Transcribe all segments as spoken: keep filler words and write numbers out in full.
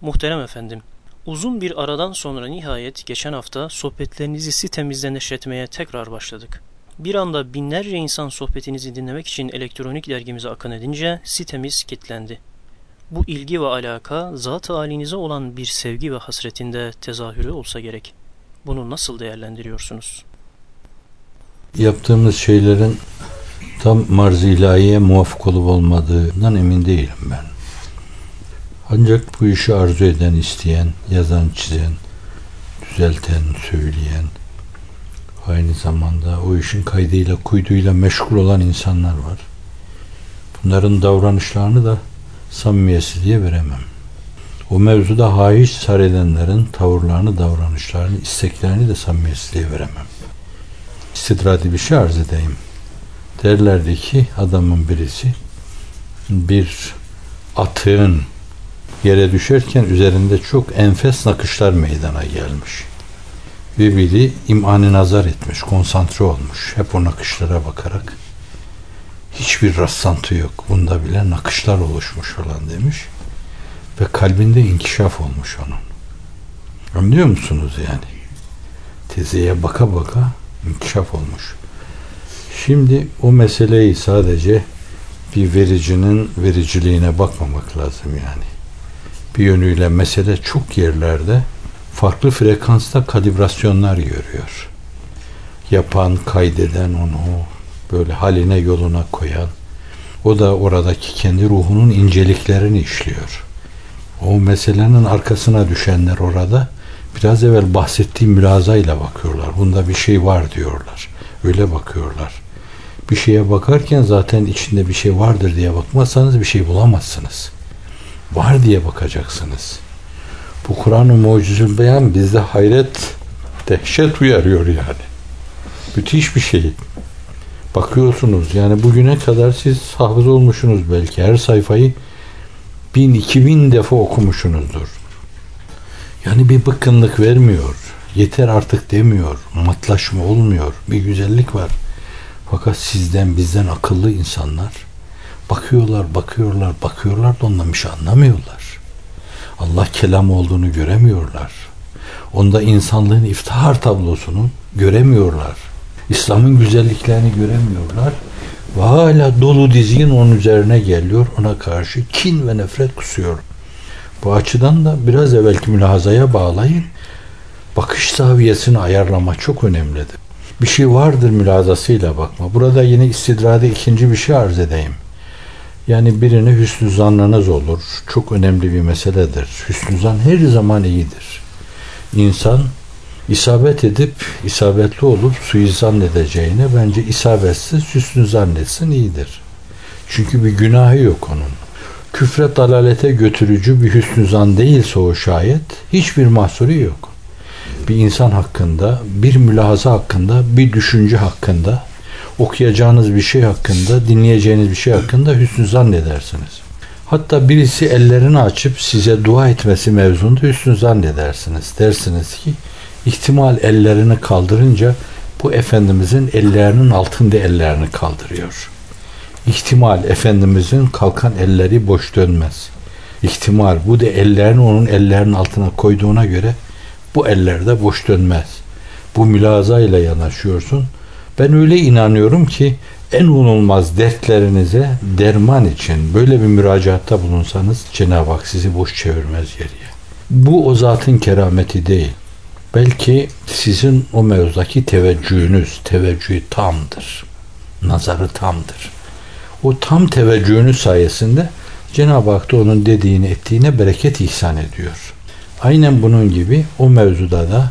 Muhterem efendim, uzun bir aradan sonra nihayet geçen hafta sohbetlerinizi sitemizde neşretmeye tekrar başladık. Bir anda binlerce insan sohbetinizi dinlemek için elektronik dergimize akın edince sitemiz kilitlendi. Bu ilgi ve alaka zat-ı halinize olan bir sevgi ve hasretinde tezahürü olsa gerek. Bunu nasıl değerlendiriyorsunuz? Yaptığımız şeylerin tam marz-ı ilahiye muvafık olup olmadığından emin değilim ben. Ancak bu işi arzu eden, isteyen, yazan, çizen, düzelten, söyleyen, aynı zamanda o işin kaydıyla, kuyduyla meşgul olan insanlar var. Bunların davranışlarını da samimiyetsizliğe veremem. O mevzuda haiç sar edenlerin tavırlarını, davranışlarını, isteklerini de samimiyetsizliğe veremem. İstidradi bir şey arz edeyim. Derlerdi ki adamın birisi bir atığın yere düşerken üzerinde çok enfes nakışlar meydana gelmiş. Ve biri imani nazar etmiş, konsantre olmuş. Hep o nakışlara bakarak hiçbir rastlantı yok. Bunda bile nakışlar oluşmuş falan demiş. Ve kalbinde inkişaf olmuş onun. Anlıyor musunuz yani? Tezeye baka baka inkişaf olmuş. Şimdi o meseleyi sadece bir vericinin vericiliğine bakmamak lazım yani. Bir yönüyle mesele çok yerlerde farklı frekansta kalibrasyonlar görüyor. Yapan, kaydeden onu böyle haline yoluna koyan, o da oradaki kendi ruhunun inceliklerini işliyor. O meselenin arkasına düşenler orada biraz evvel bahsettiğim mülazayla bakıyorlar. Bunda bir şey var diyorlar. Öyle bakıyorlar. Bir şeye bakarken zaten içinde bir şey vardır diye bakmazsanız bir şey bulamazsınız. Var diye bakacaksınız. Bu Kur'an-ı Mucizül Beyan bizde hayret, dehşet uyarıyor yani. Müthiş bir şey. Bakıyorsunuz yani bugüne kadar siz hafız olmuşsunuz belki. Her sayfayı bin, iki bin defa okumuşsunuzdur. Yani bir bıkkınlık vermiyor. Yeter artık demiyor. Matlaşma olmuyor. Bir güzellik var. Fakat sizden bizden akıllı insanlar bakıyorlar, bakıyorlar, bakıyorlar da ondan bir şey anlamıyorlar. Allah kelam olduğunu göremiyorlar. Onda insanlığın iftihar tablosunu göremiyorlar. İslam'ın güzelliklerini göremiyorlar. Ve hala dolu dizgin onun üzerine geliyor. Ona karşı kin ve nefret kusuyor. Bu açıdan da biraz evvelki mülahazaya bağlayın. Bakış zaviyesini ayarlama çok önemlidir. Bir şey vardır mülahazasıyla bakma. Burada yine istidrade ikinci bir şey arz edeyim. Yani birine hüsnü zannınız olur. Çok önemli bir meseledir. Hüsnü zan her zaman iyidir. İnsan isabet edip isabetli olup suizan edeceğine bence isabetsiz hüsnü zannetsin iyidir. Çünkü bir günahı yok onun. Küfre dalalete götürücü bir hüsnü zan değilse o şayet hiçbir mahsuru yok. Bir insan hakkında, bir mülahaza hakkında, bir düşünce hakkında, okuyacağınız bir şey hakkında, dinleyeceğiniz bir şey hakkında hüsnü zannedersiniz. Hatta birisi ellerini açıp size dua etmesi mevzunda hüsnü zannedersiniz. Dersiniz ki ihtimal ellerini kaldırınca bu Efendimizin ellerinin altında ellerini kaldırıyor. İhtimal Efendimizin kalkan elleri boş dönmez. İhtimal bu da ellerini onun ellerinin altına koyduğuna göre bu ellerde boş dönmez. Bu mülazayla yanaşıyorsun. Ben öyle inanıyorum ki en unulmaz dertlerinize derman için böyle bir müracaatta bulunsanız Cenab-ı Hak sizi boş çevirmez geriye. Bu o zatın kerameti değil. Belki sizin o mevzudaki teveccühünüz, teveccühü tamdır. Nazarı tamdır. O tam teveccühünüz sayesinde Cenab-ı Hak da onun dediğini ettiğine bereket ihsan ediyor. Aynen bunun gibi o mevzuda da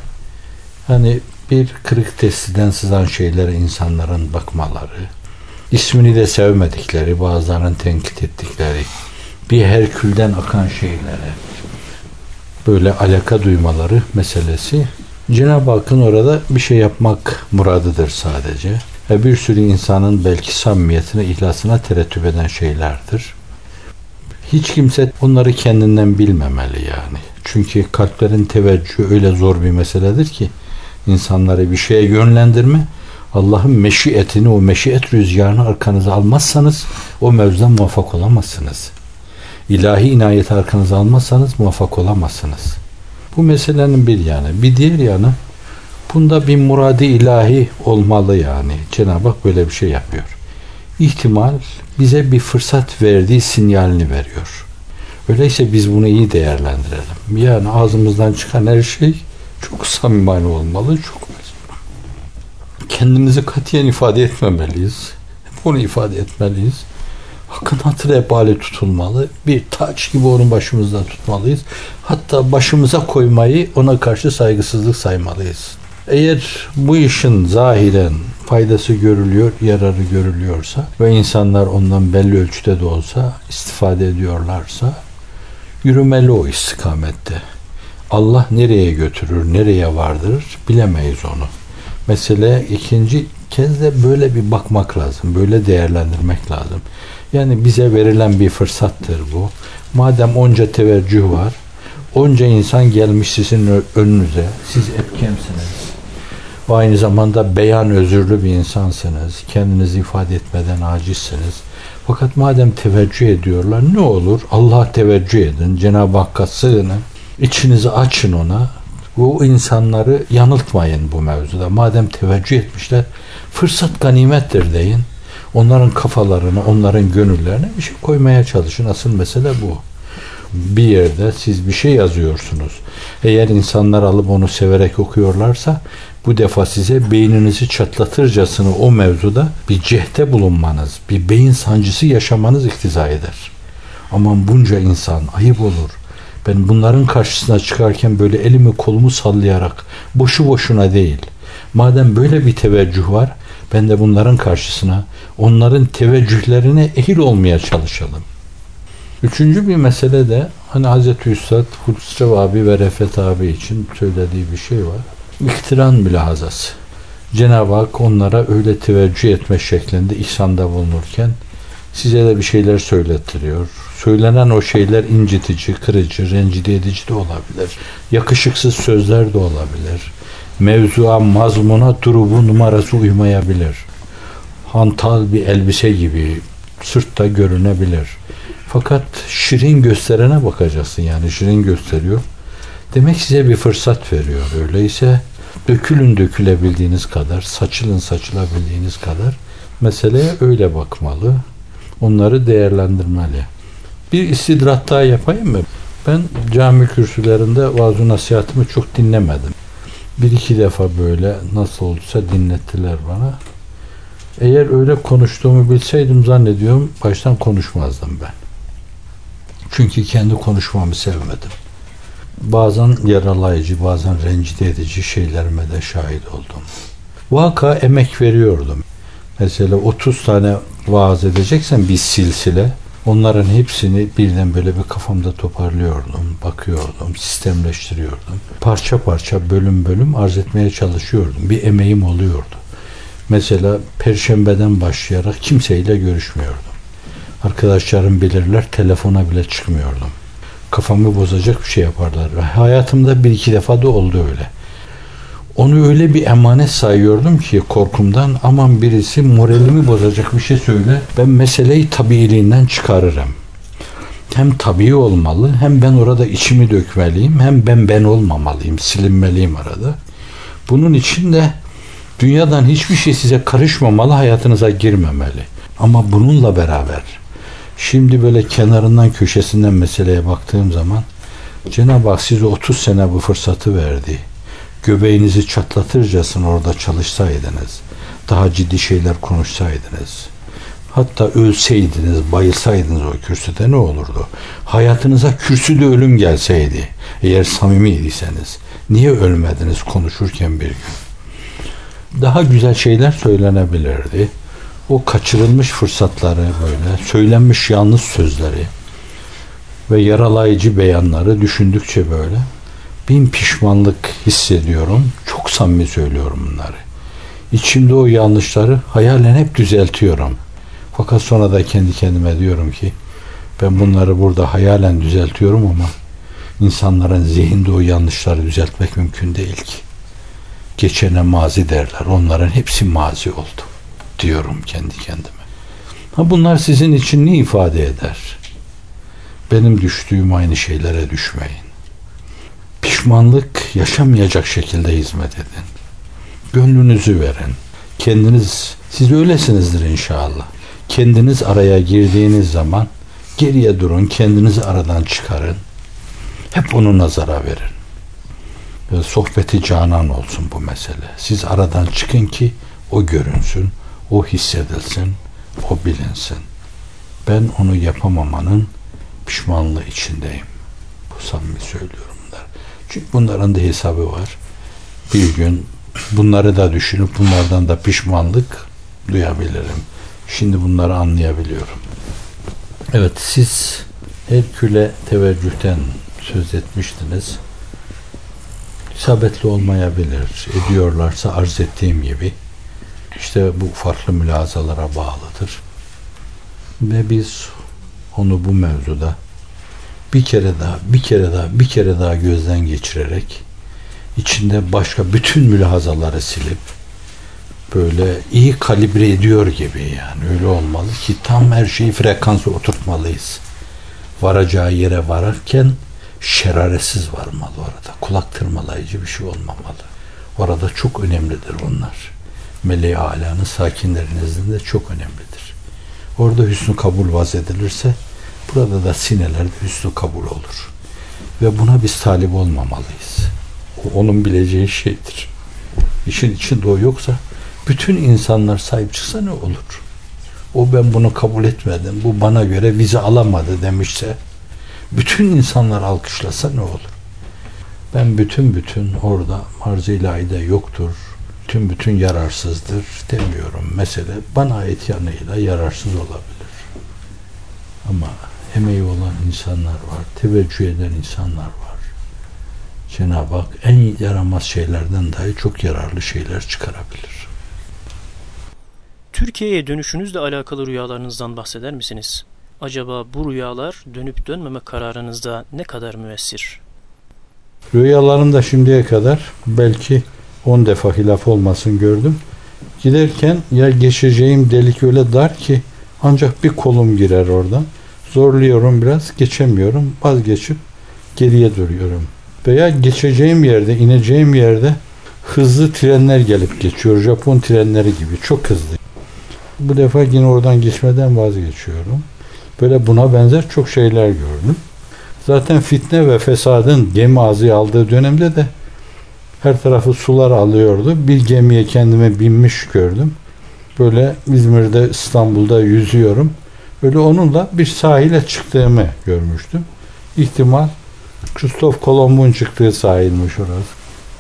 hani bir kırık testiden sızan şeylere insanların bakmaları, ismini de sevmedikleri, bazılarının tenkit ettikleri, bir Herkül'den akan şeylere böyle alaka duymaları meselesi Cenab-ı Hakk'ın orada bir şey yapmak muradıdır sadece. Ve bir sürü insanın belki samimiyetine, ihlasına terettüp eden şeylerdir. Hiç kimse onları kendinden bilmemeli yani. Çünkü kalplerin teveccühü öyle zor bir meseledir ki insanları bir şeye yönlendirme, Allah'ın meşiyetini, o meşiyet rüzgarını arkanıza almazsanız o mevzudan muvaffak olamazsınız. İlahi inayeti arkanıza almazsanız muvaffak olamazsınız. Bu meselenin bir yanı. Bir diğer yanı, bunda bir muradi ilahi olmalı yani. Cenab-ı Hak böyle bir şey yapıyor. İhtimal bize bir fırsat verdiği sinyalini veriyor. Öyleyse biz bunu iyi değerlendirelim. Yani ağzımızdan çıkan her şey çok samimi olmalı, çok kendimizi katiyen ifade etmemeliyiz. Bunu ifade etmeliyiz. Hakkın hatırı ebali tutulmalı. Bir taç gibi onun başımızda tutmalıyız. Hatta başımıza koymayı ona karşı saygısızlık saymalıyız. Eğer bu işin zahiren faydası görülüyor, yararı görülüyorsa ve insanlar ondan belli ölçüde de olsa istifade ediyorlarsa yürümeli o istikamette. Allah nereye götürür, nereye vardırır bilemeyiz onu. Mesele ikinci kez de böyle bir bakmak lazım, böyle değerlendirmek lazım. Yani bize verilen bir fırsattır bu. Madem onca teveccüh var, onca insan gelmiş sizin önünüze, siz epkemsiniz. Ve aynı zamanda beyan özürlü bir insansınız, kendinizi ifade etmeden acizsiniz. Fakat madem teveccüh ediyorlar, ne olur Allah'a teveccüh edin, Cenab-ı Hakk'a sığının, içinizi açın ona. Bu insanları yanıltmayın bu mevzuda. Madem teveccüh etmişler, fırsat ganimettir deyin. Onların kafalarına, onların gönüllerine bir şey koymaya çalışın. Asıl mesele bu. Bir yerde siz bir şey yazıyorsunuz. Eğer insanlar alıp onu severek okuyorlarsa, bu defa size beyninizi çatlatırcasına o mevzuda bir cehde bulunmanız, bir beyin sancısı yaşamanız iktiza eder. Aman bunca insan, ayıp olur. Ben bunların karşısına çıkarken böyle elimi kolumu sallayarak, boşu boşuna değil. Madem böyle bir teveccüh var, ben de bunların karşısına, onların teveccühlerine ehil olmaya çalışalım. Üçüncü bir mesele de, hani Hazreti Üstad, Hüsrev abi ve Refet abi için söylediği bir şey var. İktiran mülahazası. Cenab-ı Hak onlara öyle teveccüh etme şeklinde ihsanda bulunurken, size de bir şeyler söylettiriyor. Söylenen o şeyler incitici, kırıcı, rencide edici de olabilir. Yakışıksız sözler de olabilir. Mevzuya, mazmuna, durubu, numarası uymayabilir. Hantal bir elbise gibi sırtta görünebilir. Fakat şirin gösterene bakacaksın, yani şirin gösteriyor. Demek size bir fırsat veriyor. Öyleyse dökülün dökülebildiğiniz kadar, saçılın saçılabildiğiniz kadar meseleye öyle bakmalı. Onları değerlendirmeli. Bir istidrak daha yapayım mı? Ben cami kürsülerinde vaaz-ı nasihatımı çok dinlemedim. Bir iki defa böyle nasıl olduysa dinlettiler bana. Eğer öyle konuştuğumu bilseydim zannediyorum baştan konuşmazdım ben. Çünkü kendi konuşmamı sevmedim. Bazen yaralayıcı, bazen rencide edici şeylerime de şahit oldum. Vaka emek veriyordum. Mesela otuz tane vaaz edeceksen bir silsile, onların hepsini birden böyle bir kafamda toparlıyordum, bakıyordum, sistemleştiriyordum. Parça parça, bölüm bölüm arz etmeye çalışıyordum. Bir emeğim oluyordu. Mesela Perşembeden başlayarak kimseyle görüşmüyordum. Arkadaşlarım bilirler, telefona bile çıkmıyordum. Kafamı bozacak bir şey yaparlar. Ve hayatımda bir iki defa da oldu öyle. Onu öyle bir emanet sayıyordum ki korkumdan, aman birisi moralimi bozacak bir şey söyle, ben meseleyi tabiiliğinden çıkarırım. Hem tabii olmalı, hem ben orada içimi dökmeliyim, hem ben ben olmamalıyım, silinmeliyim arada. Bunun için de dünyadan hiçbir şey size karışmamalı, hayatınıza girmemeli. Ama bununla beraber, şimdi böyle kenarından köşesinden meseleye baktığım zaman, Cenab-ı Hak size otuz sene bu fırsatı verdi. Göbeğinizi çatlatırcasına orada çalışsaydınız, daha ciddi şeyler konuşsaydınız, hatta ölseydiniz, bayılsaydınız o kürsüde ne olurdu? Hayatınıza kürsüde ölüm gelseydi, eğer samimiyseniz, niye ölmediniz konuşurken bir gün? Daha güzel şeyler söylenebilirdi. O kaçırılmış fırsatları böyle, söylenmiş yanlış sözleri ve yaralayıcı beyanları düşündükçe böyle bin pişmanlık hissediyorum. Çok samimi söylüyorum bunları. İçimde o yanlışları hayalen hep düzeltiyorum. Fakat sonra da kendi kendime diyorum ki ben bunları burada hayalen düzeltiyorum ama insanların zihninde o yanlışları düzeltmek mümkün değil ki. Geçene mazi derler. Onların hepsi mazi oldu diyorum kendi kendime. Ha bunlar sizin için ne ifade eder? benim düştüğüm aynı şeylere düşmeyin. Pişmanlık yaşamayacak şekilde hizmet edin. Gönlünüzü verin. Kendiniz, siz öylesinizdir inşallah. Kendiniz araya girdiğiniz zaman geriye durun, kendinizi aradan çıkarın. Hep onu nazara verin. Ve sohbeti canan olsun bu mesele. Siz aradan çıkın ki o görünsün, o hissedilsin, o bilinsin. Ben onu yapamamanın pişmanlığı içindeyim. Bu samimi söylüyorum bunlar. Çünkü bunların da hesabı var. Bir gün bunları da düşünüp bunlardan da pişmanlık duyabilirim. Şimdi bunları anlayabiliyorum. Evet, siz Herkül'e teveccühten söz etmiştiniz. İsabetli olmayabilir. Ediyorlarsa arz ettiğim gibi işte bu farklı mülahazalara bağlıdır. Ve biz onu bu mevzuda bir kere daha, bir kere daha, bir kere daha gözden geçirerek içinde başka bütün mülahazaları silip böyle iyi kalibre ediyor gibi, yani öyle olmalı ki tam her şeyi frekansa oturtmalıyız. Varacağı yere vararken şeraretsiz varmalı orada. Kulak tırmalayıcı bir şey olmamalı. Orada çok önemlidir bunlar. Meleği Ala'nın sakinlerinizin de çok önemlidir. Orada hüsnü kabul vaz edilirse burada da sinelerde hüsnü kabul olur. Ve buna biz talip olmamalıyız. O onun bileceği şeydir. İşin içinde o yoksa bütün insanlar sahip çıksa ne olur? O ben bunu kabul etmedim, bu bana göre vize alamadı demişse bütün insanlar alkışlasa ne olur? Ben bütün bütün orada arz-ı ilahide yoktur, bütün bütün yararsızdır demiyorum. Mesele bana ait yanıyla yararsız olabilir. Ama emeği olan insanlar var, teveccüh eden insanlar var. Cenab-ı Hak en yaramaz şeylerden dahi çok yararlı şeyler çıkarabilir. Türkiye'ye dönüşünüzle alakalı rüyalarınızdan bahseder misiniz? Acaba bu rüyalar dönüp dönmeme kararınızda ne kadar müessir? Rüyalarımda şimdiye kadar belki on defa hilaf olmasın gördüm. Giderken ya geçeceğim delik öyle dar ki ancak bir kolum girer oradan. Zorluyorum biraz, geçemiyorum. Vazgeçip geriye duruyorum. Veya geçeceğim yerde, ineceğim yerde hızlı trenler gelip geçiyor. Japon trenleri gibi. Çok hızlı. Bu defa yine oradan geçmeden vazgeçiyorum. Böyle buna benzer çok şeyler gördüm. Zaten fitne ve fesadın gemi ağzı aldığı dönemde de her tarafı sular alıyordu. Bir gemiye kendime binmiş gördüm. Böyle İzmir'de, İstanbul'da yüzüyorum. Böyle onunla bir sahile çıktığımı görmüştüm. İhtimal Kristof Kolomb'un çıktığı sahilmiş orası.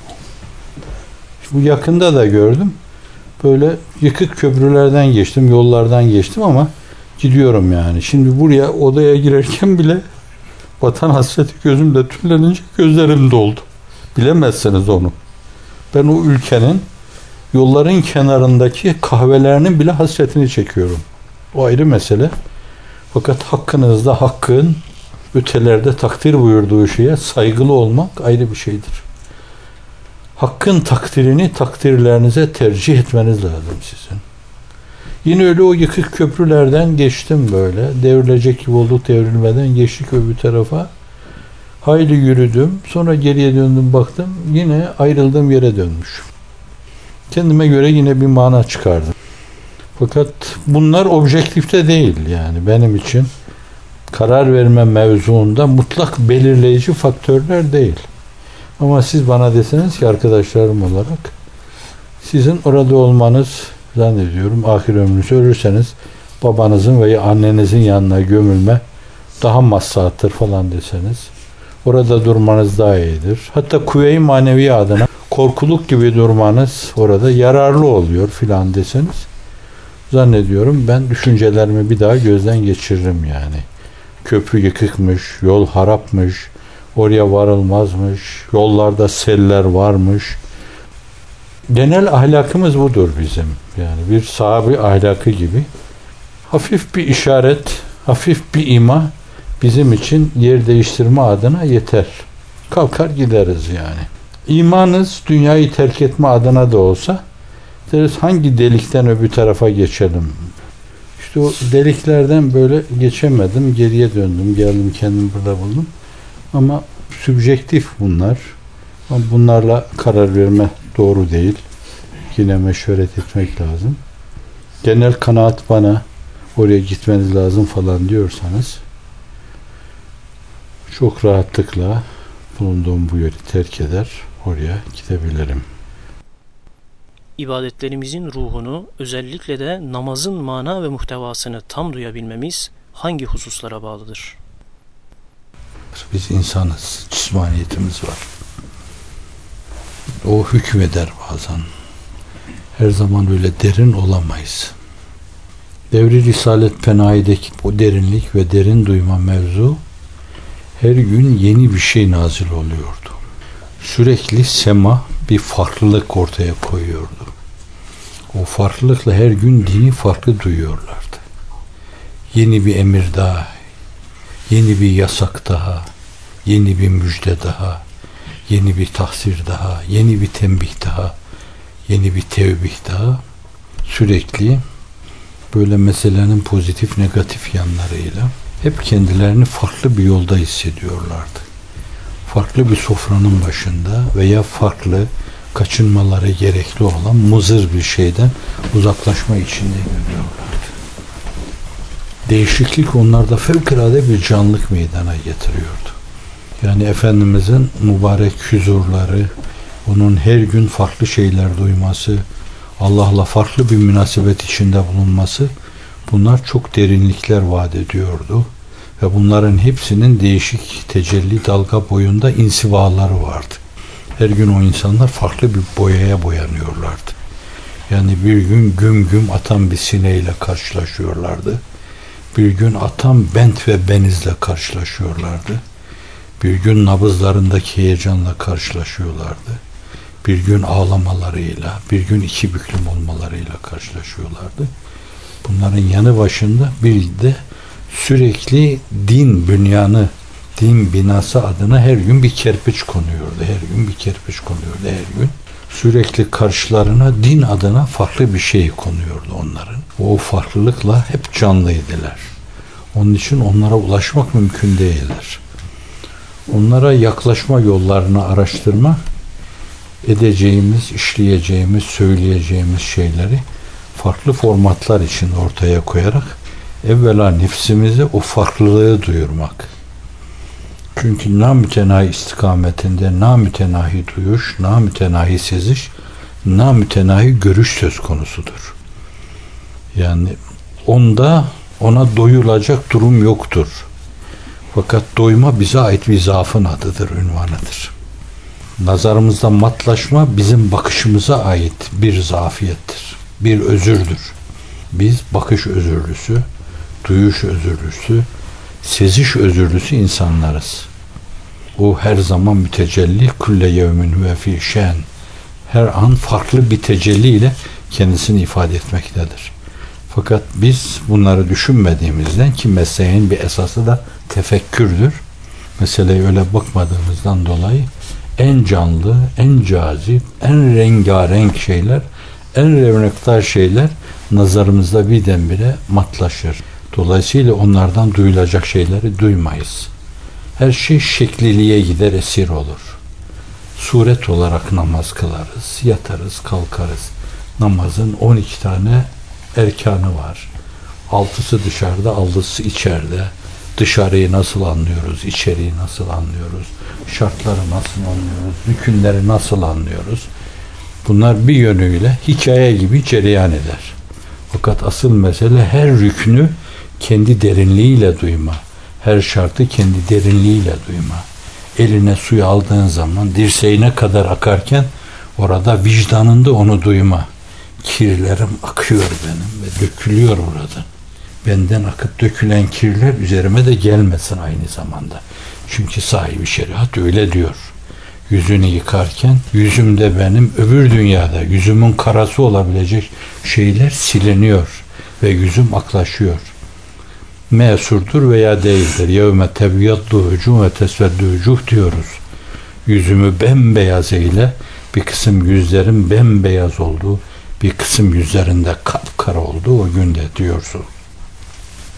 Bu yakında da gördüm. Böyle yıkık köprülerden geçtim, yollardan geçtim ama gidiyorum yani. Şimdi buraya odaya girerken bile vatan hasreti gözümde tünlenince gözlerim doldu. Bilemezsiniz onu. Ben o ülkenin yolların kenarındaki kahvelerinin bile hasretini çekiyorum. O ayrı mesele. Fakat hakkınızda hakkın ötelerde takdir buyurduğu şeye saygılı olmak ayrı bir şeydir. Hakkın takdirini takdirlerinize tercih etmeniz lazım sizin. Yine öyle o yıkık köprülerden geçtim böyle. Devrilecek gibi olduk, devrilmeden geçtik öbür tarafa. Hayli yürüdüm. Sonra geriye döndüm, baktım. Yine ayrıldığım yere dönmüşüm. Kendime göre yine bir mana çıkardım. Fakat bunlar objektifte değil yani benim için. Karar verme mevzuunda mutlak belirleyici faktörler değil. Ama siz bana deseniz ki arkadaşlarım olarak sizin orada olmanız, zannediyorum ahir ömrünüzü ölürseniz babanızın veya annenizin yanına gömülme daha maslahattır falan deseniz orada durmanız daha iyidir. Hatta kuvve-i manevi adına korkuluk gibi durmanız orada yararlı oluyor filan deseniz zannediyorum ben düşüncelerimi bir daha gözden geçiririm yani. Köprü yıkıkmış, yol harapmış, oraya varılmazmış, yollarda seller varmış. Genel ahlakımız budur bizim. Yani bir sahabi ahlakı gibi. Hafif bir işaret, hafif bir ima bizim için yer değiştirme adına yeter. Kalkar gideriz yani. İmanız dünyayı terk etme adına da olsa deriz hangi delikten öbür tarafa geçelim. İşte o deliklerden böyle geçemedim. Geriye döndüm. Geldim, kendimi burada buldum. Ama sübjektif bunlar. Ama bunlarla karar verme doğru değil. Yine meşveret etmek lazım. Genel kanaat bana oraya gitmeniz lazım falan diyorsanız çok rahatlıkla bulunduğum bu yeri terk eder, oraya gidebilirim. İbadetlerimizin ruhunu, özellikle de namazın mana ve muhtevasını tam duyabilmemiz hangi hususlara bağlıdır? Biz insanız, cismaniyetimiz var. O hükmeder bazen. Her zaman öyle derin olamayız. Devri Risalet Penahi'deki o derinlik ve derin duyma mevzu her gün yeni bir şey nazil oluyordu. Sürekli sema bir farklılık ortaya koyuyordu. O farklılıkla her gün dini farklı duyuyorlardı. Yeni bir emir daha, yeni bir yasak daha, yeni bir müjde daha, yeni bir tahsir daha, yeni bir tembih daha, yeni bir tevbih daha. Sürekli böyle meselenin pozitif negatif yanlarıyla hep kendilerini farklı bir yolda hissediyorlardı. Farklı bir sofranın başında veya farklı kaçınmaları gerekli olan muzır bir şeyden uzaklaşma içinde görüyorlardı. Değişiklik onlarda fevkalade bir canlılık meydana getiriyordu. Yani Efendimizin mübarek huzurları, onun her gün farklı şeyler duyması, Allah'la farklı bir münasebet içinde bulunması, bunlar çok derinlikler vaat ediyordu. Ve bunların hepsinin değişik tecelli dalga boyunda insivaları vardı. Her gün o insanlar farklı bir boyaya boyanıyorlardı. Yani bir gün güm güm atan bir sineğiyle karşılaşıyorlardı. Bir gün atan bent ve benizle karşılaşıyorlardı. Bir gün nabızlarındaki heyecanla karşılaşıyorlardı. Bir gün ağlamalarıyla, bir gün iki büklüm olmalarıyla karşılaşıyorlardı. Bunların yanı başında bir de sürekli din bünyanı, din binası adına her gün bir kerpiç konuyordu. Her gün bir kerpiç konuyordu her gün. Sürekli karşılarına din adına farklı bir şey konuyordu onların. O farklılıkla hep canlıydılar. Onun için onlara ulaşmak mümkün değildir. Onlara yaklaşma yollarını araştırma, edeceğimiz, işleyeceğimiz, söyleyeceğimiz şeyleri farklı formatlar için ortaya koyarak evvela nefsimize o farklılığı duyurmak. Çünkü namütenahi istikametinde namütenahi duyuş, namütenahi seziş, namütenahi görüş söz konusudur. Yani onda ona doyulacak durum yoktur. Fakat doyma bize ait bir zaafın adıdır, ünvanıdır. Nazarımızda matlaşma bizim bakışımıza ait bir zafiyettir, bir özürdür. Biz bakış özürlüsü, duyuş özürlüsü, seziş özürlüsü insanlarız. O her zaman mütecelli, kulle yevmin ve fî şen. Her an farklı bir tecelliyle kendisini ifade etmektedir. Fakat biz bunları düşünmediğimizden, ki mesleğin bir esası da tefekkürdür, meseleye öyle bakmadığımızdan dolayı en canlı, en cazip, en rengarenk şeyler, en revnektar şeyler nazarımızda birdenbire matlaşır. Dolayısıyla onlardan duyulacak şeyleri duymayız. Her şey şekliliğe gider, esir olur. Suret olarak namaz kılarız, yatarız, kalkarız. Namazın on iki tane erkanı var. Altısı dışarıda, altısı içeride. Dışarıyı nasıl anlıyoruz, içeriği nasıl anlıyoruz, şartları nasıl anlıyoruz, rükünleri nasıl anlıyoruz? Bunlar bir yönüyle hikaye gibi cereyan eder. Fakat asıl mesele her rüknü kendi derinliğiyle duyma, her şartı kendi derinliğiyle duyma. Eline suyu aldığın zaman dirseğine kadar akarken orada vicdanında onu duyma. Kirlerim akıyor benim ve dökülüyor oradan. Benden akıp dökülen kirler üzerime de gelmesin aynı zamanda. Çünkü sahibi şeriat öyle diyor. Yüzünü yıkarken yüzümde benim öbür dünyada yüzümün karası olabilecek şeyler siliniyor ve yüzüm aklaşıyor. Mesurdur veya değildir. Yevme tebyaddu vücuh ve tesveddu vücuh diyoruz. Yüzümü bembeyaz eyle, bir kısım yüzlerin bembeyaz olduğu, bir kısım yüzlerinde kapkara olduğu o günde diyorsun.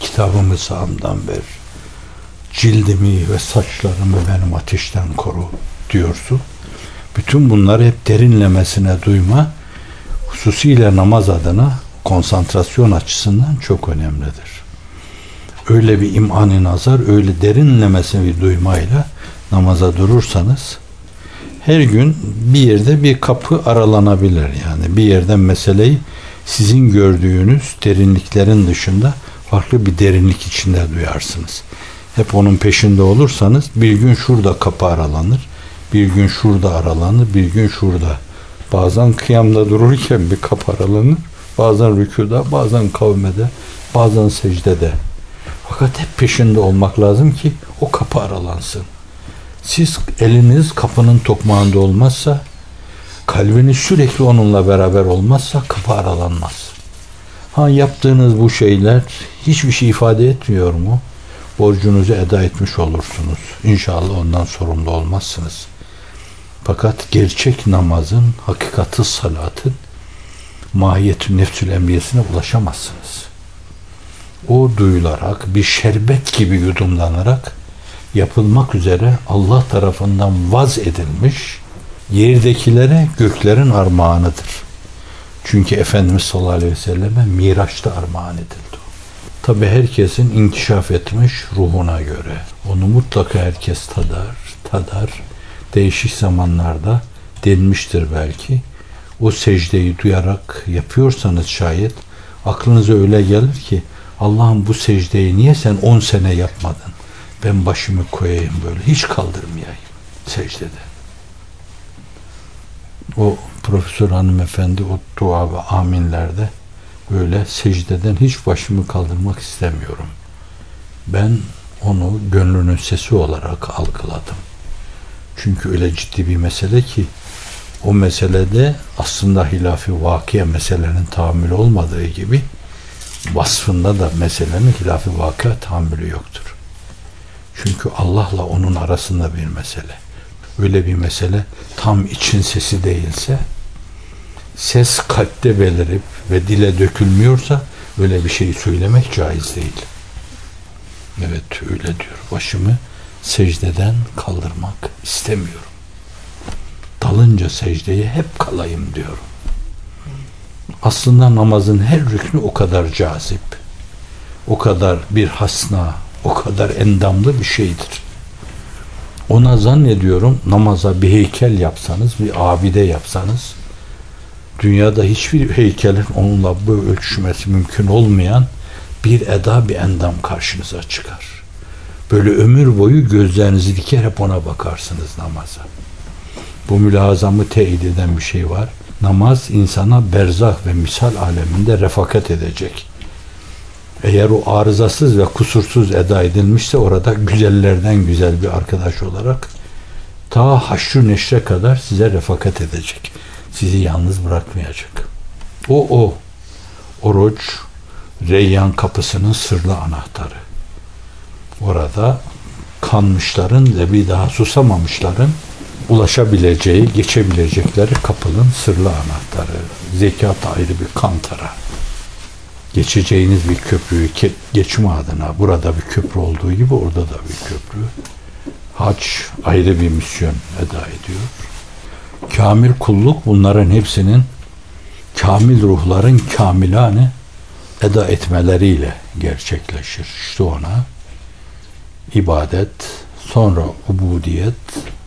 kitabımı sağımdan ver, cildimi ve saçlarımı benim ateşten koru diyorsun. Bütün bunları hep derinlemesine duyma, hususiyle namaz adına konsantrasyon açısından çok önemlidir. Öyle bir imani nazar, öyle derinlemesine bir duymayla namaza durursanız her gün bir yerde bir kapı aralanabilir. Yani bir yerden meseleyi sizin gördüğünüz derinliklerin dışında farklı bir derinlik içinde duyarsınız. Hep onun peşinde olursanız bir gün şurada kapı aralanır, bir gün şurada aralanır, bir gün şurada. Bazen kıyamda dururken bir kapı aralanır, bazen rükûda, bazen kavmede, bazen secdede. Fakat hep peşinde olmak lazım ki o kapı aralansın. Siz eliniz kapının tokmağında olmazsa, kalbiniz sürekli onunla beraber olmazsa kapı aralanmaz. Ha, yaptığınız bu şeyler hiçbir şey ifade etmiyor mu? Borcunuzu eda etmiş olursunuz. İnşallah ondan sorumlu olmazsınız. Fakat gerçek namazın, hakikati salatın mahiyetü nefsül emriyesine ulaşamazsınız. O duyularak, bir şerbet gibi yudumlanarak yapılmak üzere Allah tarafından vaz edilmiş, yerdekilere göklerin armağanıdır. Çünkü Efendimiz sallallahu aleyhi ve selleme Miraç'ta armağan edildi. Tabi herkesin inkişaf etmiş ruhuna göre. Onu mutlaka herkes tadar, tadar. Değişik zamanlarda denmiştir belki. O secdeyi duyarak yapıyorsanız şayet aklınıza öyle gelir ki Allah'ım bu secdeyi niye sen on sene yapmadın? Ben başımı koyayım böyle, hiç kaldırmayayım secdede. O profesör hanımefendi o dua ve aminlerde böyle secdeden hiç başımı kaldırmak istemiyorum. Ben onu gönlünün sesi olarak algıladım. Çünkü öyle ciddi bir mesele ki o meselede aslında hilaf-ı vakıya meselenin tahammülü olmadığı gibi vasfında da meselenin hilaf-ı vakıya tahammülü yoktur. Çünkü Allah'la onun arasında bir mesele. Öyle bir mesele tam için sesi değilse, ses kalpte belirip ve dile dökülmüyorsa öyle bir şeyi söylemek caiz değil. Evet öyle diyor. Başımı secdeden kaldırmak istemiyorum. Dalınca secdeye hep kalayım diyorum. Aslında namazın her rüknü o kadar cazip, o kadar bir hasna, o kadar endamlı bir şeydir. Ona zannediyorum namaza bir heykel yapsanız, bir abide yapsanız, dünyada hiçbir heykelin onunla böyle ölçüşmesi mümkün olmayan bir eda, bir endam karşınıza çıkar. Böyle ömür boyu gözlerinizi diker hep ona bakarsınız namaza. Bu mülazamı teyit eden bir şey var. Namaz insana berzah ve misal aleminde refakat edecek. Eğer o arızasız ve kusursuz eda edilmişse orada güzellerden güzel bir arkadaş olarak ta haşr-ı neşre kadar size refakat edecek. Sizi yalnız bırakmayacak. O o. Oruç, Reyyan kapısının sırlı anahtarı. Orada kanmışların ve bir daha susamamışların ulaşabileceği, geçebilecekleri kapının sırlı anahtarı. Zekat ayrı bir kantara. Geçeceğiniz bir köprüyü geçme adına burada bir köprü olduğu gibi orada da bir köprü. Hac ayrı bir misyon eda ediyor. Kamil kulluk bunların hepsinin kamil ruhların kamilane eda etmeleriyle gerçekleşir. İşte ona ibadet, sonra ubudiyet,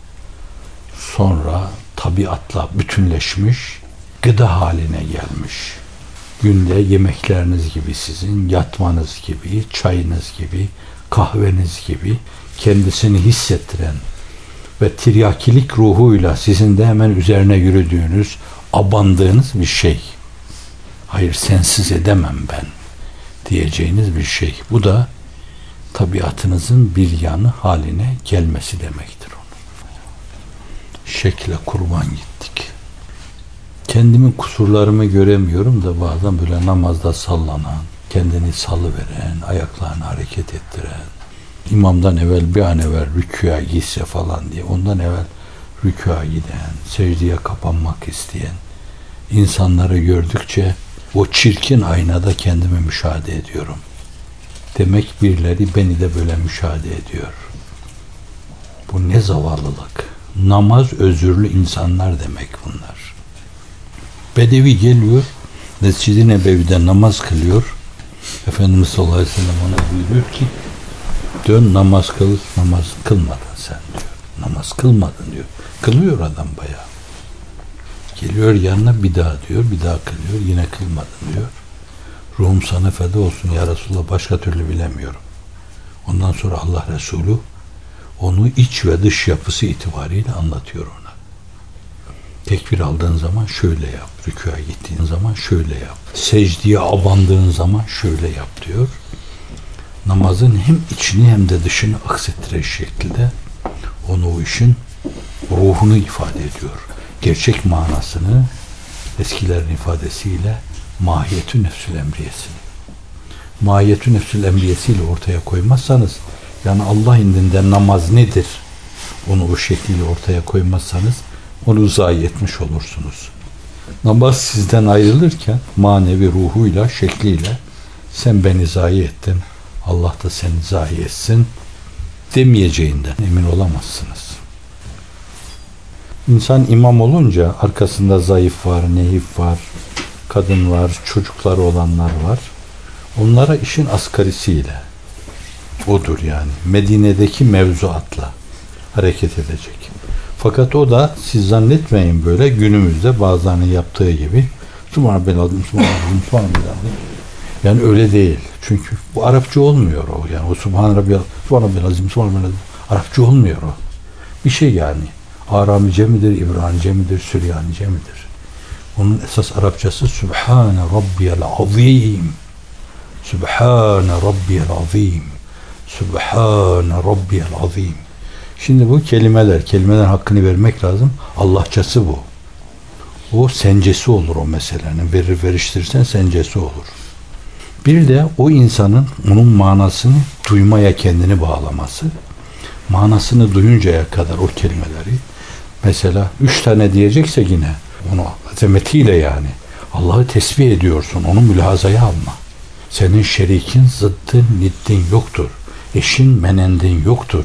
sonra tabiatla bütünleşmiş, gıda haline gelmiş. Günde yemekleriniz gibi sizin, yatmanız gibi, çayınız gibi, kahveniz gibi kendisini hissettiren ve tiryakilik ruhuyla sizin de hemen üzerine yürüdüğünüz, abandığınız bir şey. Hayır sensiz edemem ben diyeceğiniz bir şey. Bu da tabiatınızın bir yanı haline gelmesi demektir onun. Şekle kurban gittik. Kendimin kusurlarımı göremiyorum da bazen böyle namazda sallanan, kendini salıveren, ayaklarını hareket ettiren, imamdan evvel bir an evvel rükûya gitse falan diye ondan evvel rükûya giden, secdeye kapanmak isteyen insanları gördükçe o çirkin aynada kendimi müşahede ediyorum. Demek birileri beni de böyle müşahede ediyor. Bu ne zavallılık. Namaz özürlü insanlar demek bunlar. Bedevi geliyor, Mescid-i Nebevi'de namaz kılıyor. Efendimiz sallallahu aleyhi ve sellem ona buyuruyor ki, dön namaz kıl, namaz kılmadın sen diyor. Namaz kılmadın diyor. Kılıyor adam bayağı. Geliyor yanına bir daha diyor, bir daha kılıyor, yine kılmadın diyor. Ruhum sana feda olsun ya Resulullah, başka türlü bilemiyorum. Ondan sonra Allah Resulü onu iç ve dış yapısı itibariyle anlatıyor ona. Tekbir aldığın zaman şöyle yap, rükûa gittiğin zaman şöyle yap, secdeye abandığın zaman şöyle yap diyor. Namazın hem içini hem de dışını aksettirecek şekilde onu o işin ruhunu ifade ediyor. Gerçek manasını eskilerin ifadesiyle mahiyetü nefsül emriyesini. Mahiyetü nefsül emriyesiyle ortaya koymazsanız, yani Allah indinde namaz nedir? Onu o şekliyle ortaya koymazsanız onu zayi etmiş olursunuz. Namaz sizden ayrılırken manevi ruhuyla, şekliyle sen beni zayi ettin, Allah da seni zayi etsin demeyeceğinden emin olamazsınız. İnsan imam olunca arkasında zayıf var, nehif var, kadın var, çocukları olanlar var. Onlara işin asgarisiyle, odur yani, Medine'deki mevzuatla hareket edecek. Fakat o da siz zannetmeyin böyle günümüzde bazılarının yaptığı gibi Subhanallah, Subhanallah. Yani öyle değil. Çünkü bu Arapça olmuyor o. Yani o Subhanallah, Subhanallah, Subhanallah. Arapça olmuyor o. Bir şey yani. Aramice midir, İbranice midir, Süryanice midir? Onun esas Arapçası Sübhane Rabbiyel Azim. Sübhane Rabbiyel Azim. Sübhane Rabbiyel Azim. Şimdi bu kelimeler, kelimelerin hakkını vermek lazım. Allahçası bu. O sencesi olur o meselenin. Verir veriştirirsen sencesi olur. Bir de o insanın onun manasını duymaya kendini bağlaması. Manasını duyuncaya kadar o kelimeleri, mesela üç tane diyecekse yine onu azametiyle, yani Allah'ı tesbih ediyorsun, onu mülahazaya alma. Senin şerikin, zıddın, niddin yoktur. Eşin, menendin yoktur.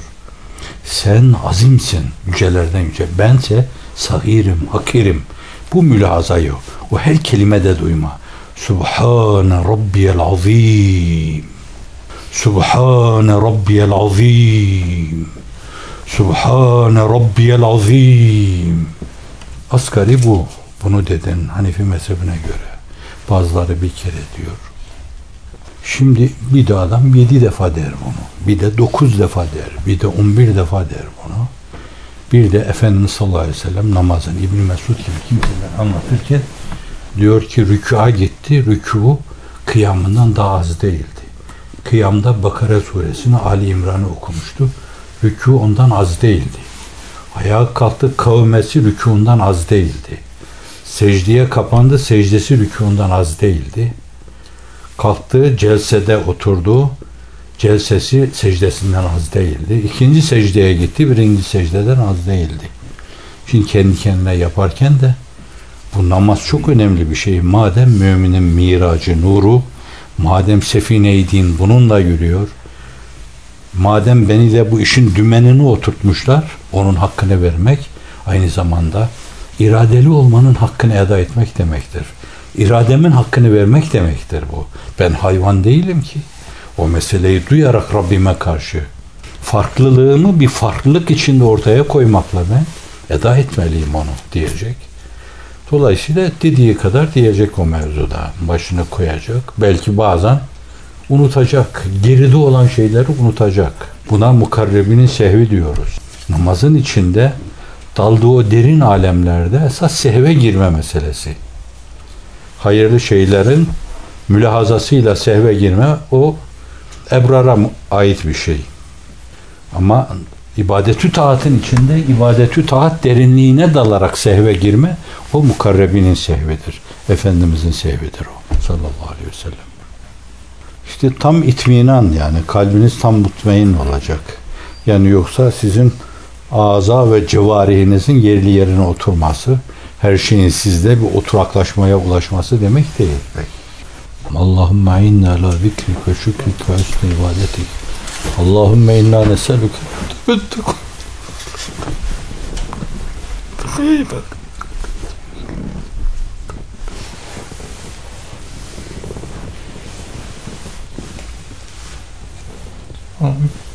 Sen azimsin, yücelerden yüce. Bense sahirim, hakirim. Bu mülahazayı o her kelimede duyma. Subhane Rabbiyel Azim. Subhane Rabbiyel Azim. Subhane Rabbiyel Azim. Asgari bu. Bunu dedin Hanefi mezhebine göre. Bazıları bir kere diyor. Şimdi bir de adam yedi defa der bunu. Bir de dokuz defa der. Bir de on bir defa der bunu. Bir de Efendimiz sallallahu aleyhi ve sellem namazın İbn Mesud gibi kimseler anlatırken diyor ki rükûa gitti. Rükû kıyamından daha az değildi. Kıyamda Bakara suresini, Ali İmran'ı okumuştu. Rükû ondan az değildi. Ayağa kalktı, kavmesi rükûndan az değildi. Secdeye kapandı, secdesi rükûndan az değildi. Kalktı, celsede oturdu, celsesi secdesinden az değildi. İkinci secdeye gitti, birinci secdeden az değildi. Şimdi kendi kendine yaparken de bu namaz çok önemli bir şey. Madem müminin miracı, nuru, madem sefine-i din bununla yürüyor, madem beni de bu işin dümenini oturtmuşlar, onun hakkını vermek aynı zamanda iradeli olmanın hakkını eda etmek demektir. İrademin hakkını vermek demektir bu. Ben hayvan değilim ki. O meseleyi duyarak Rabbime karşı farklılığımı bir farklılık içinde ortaya koymakla ben eda etmeliyim onu diyecek. Dolayısıyla dediği kadar diyecek o mevzuda. Başını koyacak. Belki bazen unutacak. Geride olan şeyleri unutacak. Buna mukarrebinin sehvi diyoruz. Namazın içinde daldığı o derin alemlerde esas sehve girme meselesi. Hayırlı şeylerin mülahazasıyla sehve girme o ebrara ait bir şey. Ama ibadetü taatın içinde ibadetü taat derinliğine dalarak sehve girme o mukarrebinin sehvidir. Efendimizin sehvidir o sallallahu aleyhi ve sellem. İşte tam itminan, yani kalbiniz tam mutmain olacak. Yani yoksa sizin ağza ve cevarihinizin yerli yerine oturması, her şeyin sizde bir oturaklaşmaya ulaşması demek değil. Allahümme inna ala zikrik ve şükrik ve husni ibadetik. Allahümme inna neselüke tebettük. İyi bak. Amin.